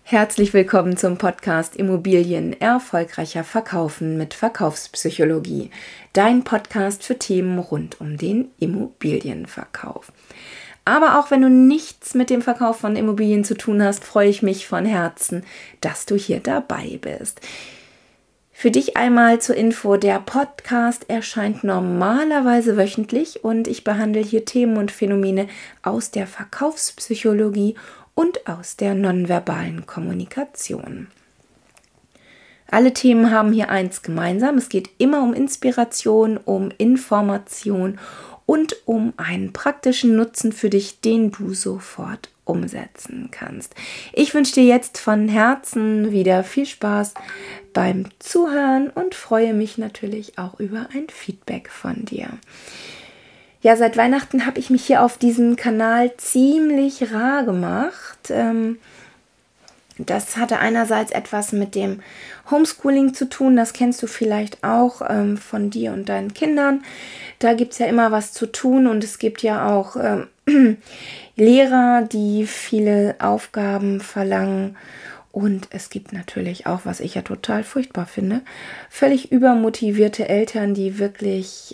Herzlich willkommen zum Podcast Immobilien erfolgreicher verkaufen mit Verkaufspsychologie. Dein Podcast für Themen rund um den Immobilienverkauf. Aber auch wenn du nichts mit dem Verkauf von Immobilien zu tun hast, freue ich mich von Herzen, dass du hier dabei bist. Für dich einmal zur Info, der Podcast erscheint normalerweise wöchentlich und ich behandle hier Themen und Phänomene aus der Verkaufspsychologie und aus der nonverbalen Kommunikation. Alle Themen haben hier eins gemeinsam. Es geht immer um Inspiration, um Information und um einen praktischen Nutzen für dich, den du sofort umsetzen kannst. Ich wünsche dir jetzt von Herzen wieder viel Spaß beim Zuhören und freue mich natürlich auch über ein Feedback von dir. Ja, seit Weihnachten habe ich mich hier auf diesem Kanal ziemlich rar gemacht. Das hatte einerseits etwas mit dem Homeschooling zu tun, das kennst du vielleicht auch von dir und deinen Kindern. Da gibt es ja immer was zu tun und es gibt ja auch Lehrer, die viele Aufgaben verlangen. Und es gibt natürlich auch, was ich ja total furchtbar finde, völlig übermotivierte Eltern, die wirklich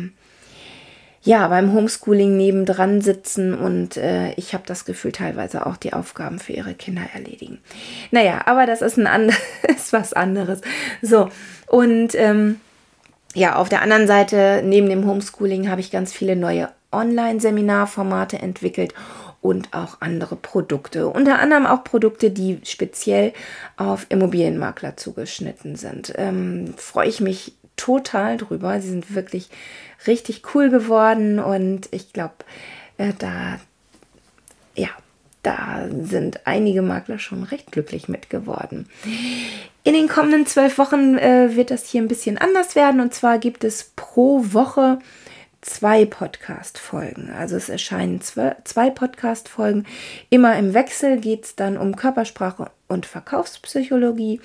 beim Homeschooling nebendran sitzen und ich habe das Gefühl, teilweise auch die Aufgaben für ihre Kinder erledigen. Naja, aber das ist ist was anderes. So, und auf der anderen Seite, neben dem Homeschooling, habe ich ganz viele neue Online-Seminarformate entwickelt und auch andere Produkte. Unter anderem auch Produkte, die speziell auf Immobilienmakler zugeschnitten sind. Freue ich mich total drüber. Sie sind wirklich richtig cool geworden und ich glaube, da sind einige Makler schon recht glücklich mit geworden. In den kommenden 12 Wochen wird das hier ein bisschen anders werden und zwar gibt es pro Woche 2 Podcast-Folgen. Also es erscheinen 2 Podcast-Folgen. Immer im Wechsel geht es dann um Körpersprache und Verkaufspsychologie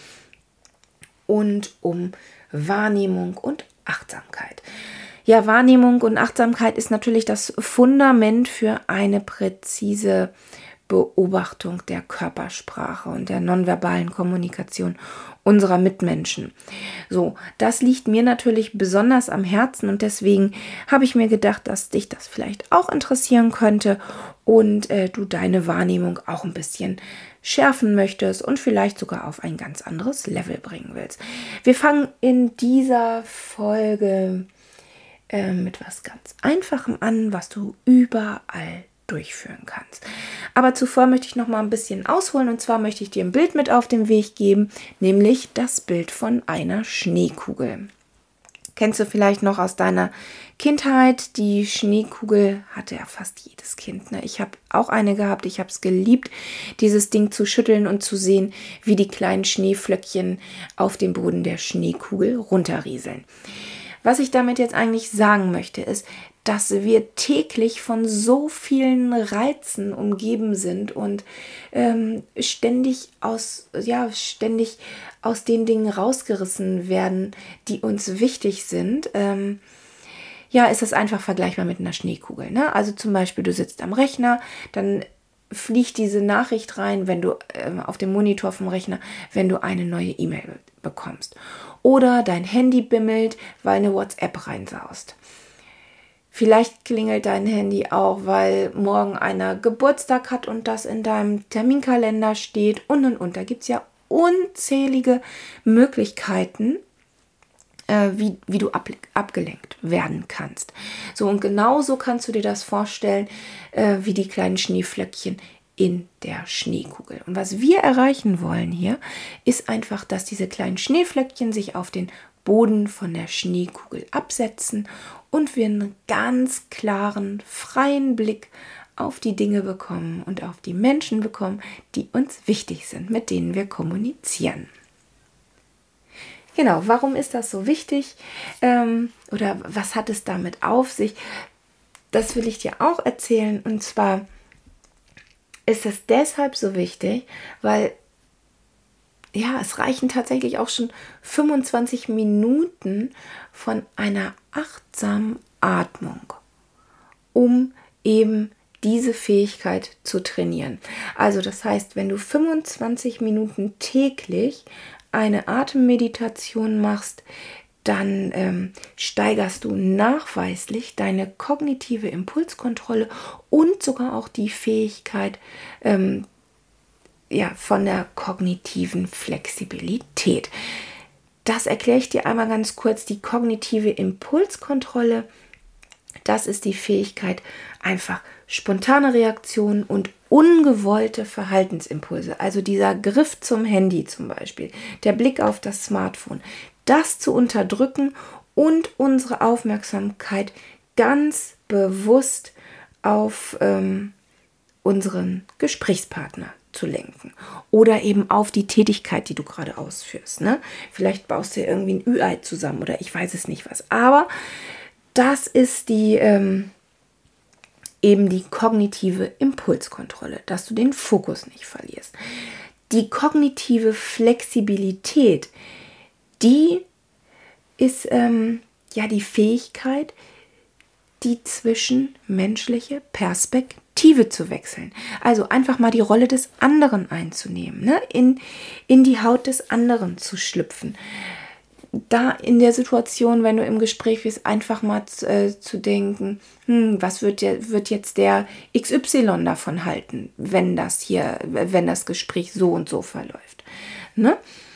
und um Wahrnehmung und Achtsamkeit. Ja, Wahrnehmung und Achtsamkeit ist natürlich das Fundament für eine präzise Beobachtung der Körpersprache und der nonverbalen Kommunikation unserer Mitmenschen. So, das liegt mir natürlich besonders am Herzen und deswegen habe ich mir gedacht, dass dich das vielleicht auch interessieren könnte und du deine Wahrnehmung auch ein bisschen schärfen möchtest und vielleicht sogar auf ein ganz anderes Level bringen willst. Wir fangen in dieser Folge mit was ganz Einfachem an, was du überall durchführen kannst. Aber zuvor möchte ich noch mal ein bisschen ausholen und zwar möchte ich dir ein Bild mit auf den Weg geben, nämlich das Bild von einer Schneekugel. Kennst du vielleicht noch aus deiner Kindheit? Die Schneekugel hatte ja fast jedes Kind. Ne? Ich habe auch eine gehabt. Ich habe es geliebt, dieses Ding zu schütteln und zu sehen, wie die kleinen Schneeflöckchen auf dem Boden der Schneekugel runterrieseln. Was ich damit jetzt eigentlich sagen möchte, ist, dass wir täglich von so vielen Reizen umgeben sind und ständig aus den Dingen rausgerissen werden, die uns wichtig sind. Ist das einfach vergleichbar mit einer Schneekugel. Ne? Also zum Beispiel, du sitzt am Rechner, dann fliegt diese Nachricht rein, wenn du auf dem Monitor vom Rechner, wenn du eine neue E-Mail bekommst. Oder dein Handy bimmelt, weil eine WhatsApp reinsaust. Vielleicht klingelt dein Handy auch, weil morgen einer Geburtstag hat und das in deinem Terminkalender steht und. Da gibt es ja unzählige Möglichkeiten, wie du abgelenkt werden kannst. So, und genauso kannst du dir das vorstellen, wie die kleinen Schneeflöckchen in der Schneekugel. Und was wir erreichen wollen hier, ist einfach, dass diese kleinen Schneeflöckchen sich auf den Boden von der Schneekugel absetzen und wir einen ganz klaren, freien Blick auf die Dinge bekommen und auf die Menschen bekommen, die uns wichtig sind, mit denen wir kommunizieren. Genau, warum ist das so wichtig? Oder was hat es damit auf sich? Das will ich dir auch erzählen. Und zwar ist es deshalb so wichtig, weil es reichen tatsächlich auch schon 25 Minuten von einer achtsamen Atmung, um eben diese Fähigkeit zu trainieren. Also das heißt, wenn du 25 Minuten täglich eine Atemmeditation machst, dann steigerst du nachweislich deine kognitive Impulskontrolle und sogar auch die Fähigkeit von der kognitiven Flexibilität. Das erkläre ich dir einmal ganz kurz. Die kognitive Impulskontrolle, das ist die Fähigkeit, einfach spontane Reaktionen und ungewollte Verhaltensimpulse, also dieser Griff zum Handy zum Beispiel, der Blick auf das Smartphone, das zu unterdrücken und unsere Aufmerksamkeit ganz bewusst auf unseren Gesprächspartner zu lenken oder eben auf die Tätigkeit, die du gerade ausführst. Ne? Vielleicht baust du irgendwie ein Ü-Ei zusammen oder ich weiß es nicht was. Aber das ist die eben die kognitive Impulskontrolle, dass du den Fokus nicht verlierst. Die kognitive Flexibilität, die ist die Fähigkeit, die zwischenmenschliche Perspektive zu wechseln. Also einfach mal die Rolle des anderen einzunehmen, ne? in die Haut des anderen zu schlüpfen. Da in der Situation, wenn du im Gespräch bist, einfach mal zu denken, was wird jetzt der XY davon halten, wenn das Gespräch so und so verläuft. Ne?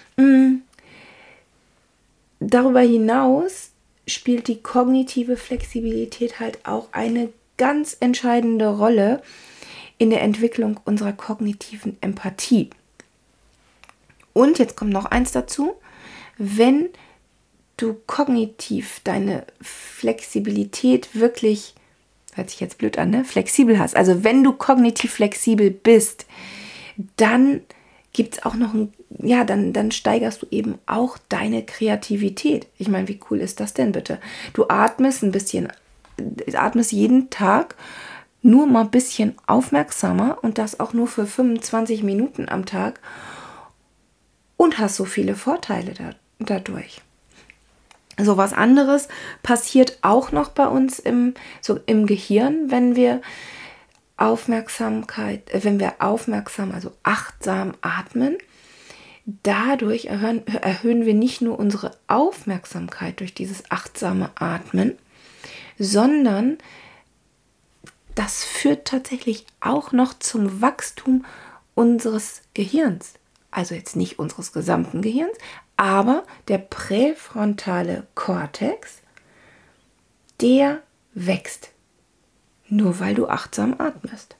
Darüber hinaus spielt die kognitive Flexibilität halt auch eine ganz entscheidende Rolle in der Entwicklung unserer kognitiven Empathie. Und jetzt kommt noch eins dazu, wenn du kognitiv deine Flexibilität wirklich, hört sich jetzt blöd an, ne? Flexibel hast, also wenn du kognitiv flexibel bist, dann gibt es auch noch dann steigerst du eben auch deine Kreativität. Ich meine, wie cool ist das denn bitte? Du atmest jeden Tag nur mal ein bisschen aufmerksamer und das auch nur für 25 Minuten am Tag und hast so viele Vorteile dadurch. So was anderes passiert auch noch bei uns im Gehirn, wenn wir achtsam, atmen. Dadurch erhöhen wir nicht nur unsere Aufmerksamkeit durch dieses achtsame Atmen, sondern das führt tatsächlich auch noch zum Wachstum unseres Gehirns. Also jetzt nicht unseres gesamten Gehirns, aber der präfrontale Kortex, der wächst. Nur weil du achtsam atmest.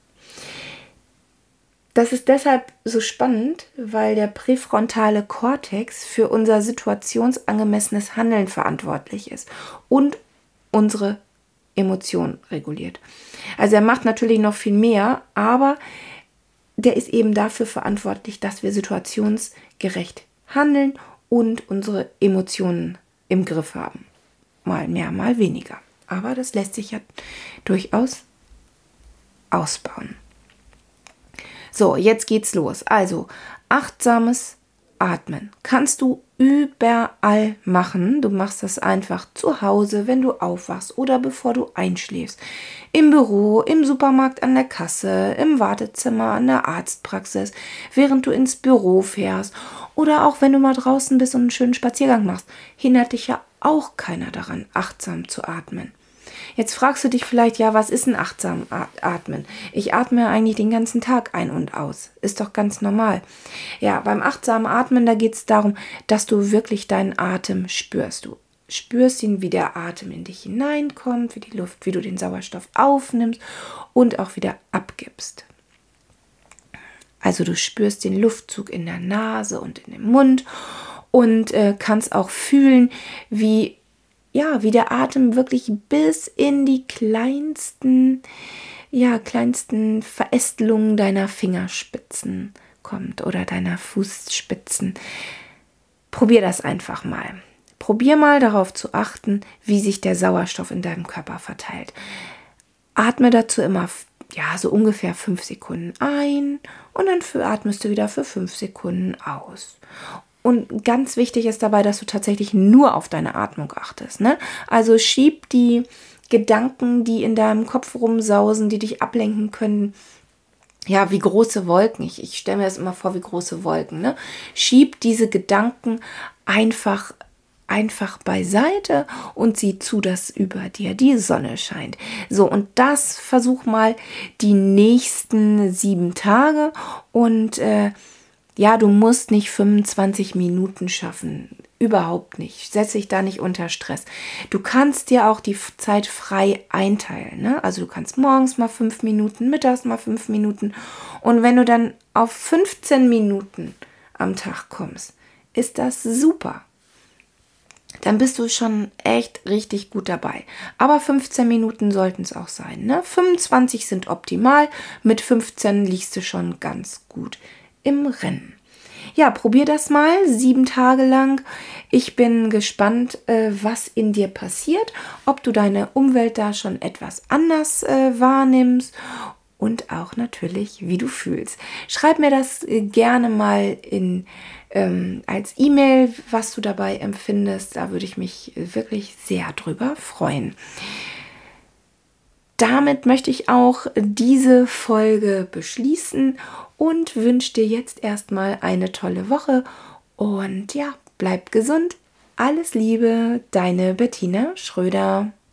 Das ist deshalb so spannend, weil der präfrontale Kortex für unser situationsangemessenes Handeln verantwortlich ist und unsere Emotionen reguliert. Also er macht natürlich noch viel mehr, aber der ist eben dafür verantwortlich, dass wir situationsgerecht handeln und unsere Emotionen im Griff haben. Mal mehr, mal weniger. Aber das lässt sich ja durchaus ausbauen. So, jetzt geht's los. Also, achtsames Atmen kannst du überall machen. Du machst das einfach zu Hause, wenn du aufwachst oder bevor du einschläfst. Im Büro, im Supermarkt an der Kasse, im Wartezimmer, an der Arztpraxis, während du ins Büro fährst oder auch wenn du mal draußen bist und einen schönen Spaziergang machst. Hindert dich ja auch keiner daran, achtsam zu atmen. Jetzt fragst du dich vielleicht, ja, was ist ein achtsam Atmen? Ich atme eigentlich den ganzen Tag ein und aus. Ist doch ganz normal. Ja, beim achtsamen Atmen, da geht es darum, dass du wirklich deinen Atem spürst. Du spürst ihn, wie der Atem in dich hineinkommt, wie du den Sauerstoff aufnimmst und auch wieder abgibst. Also du spürst den Luftzug in der Nase und in dem Mund und kannst auch fühlen, wie der Atem wirklich bis in die kleinsten Verästelungen deiner Fingerspitzen kommt oder deiner Fußspitzen. Probier das einfach mal. Probier mal darauf zu achten, wie sich der Sauerstoff in deinem Körper verteilt. Atme dazu immer so ungefähr 5 Sekunden ein und dann atmest du wieder für 5 Sekunden aus. Und ganz wichtig ist dabei, dass du tatsächlich nur auf deine Atmung achtest. Ne? Also schieb die Gedanken, die in deinem Kopf rumsausen, die dich ablenken können. Ja, wie große Wolken. Ich stelle mir das immer vor wie große Wolken. Ne? Schieb diese Gedanken einfach beiseite und sieh zu, dass über dir die Sonne scheint. So, und das versuch mal die nächsten 7 Tage. Und ja, du musst nicht 25 Minuten schaffen. Überhaupt nicht. Setz dich da nicht unter Stress. Du kannst dir auch die Zeit frei einteilen. Ne? Also du kannst morgens mal 5 Minuten, mittags mal 5 Minuten. Und wenn du dann auf 15 Minuten am Tag kommst, ist das super. Dann bist du schon echt richtig gut dabei. Aber 15 Minuten sollten es auch sein. Ne? 25 sind optimal. Mit 15 liegst du schon ganz gut im Rennen. Ja, probier das mal 7 Tage lang. Ich bin gespannt, was in dir passiert, ob du deine Umwelt da schon etwas anders wahrnimmst und auch natürlich, wie du fühlst. Schreib mir das gerne mal als E-Mail, was du dabei empfindest. Da würde ich mich wirklich sehr drüber freuen. Damit möchte ich auch diese Folge beschließen und wünsche dir jetzt erstmal eine tolle Woche und ja, bleib gesund. Alles Liebe, deine Bettina Schröder.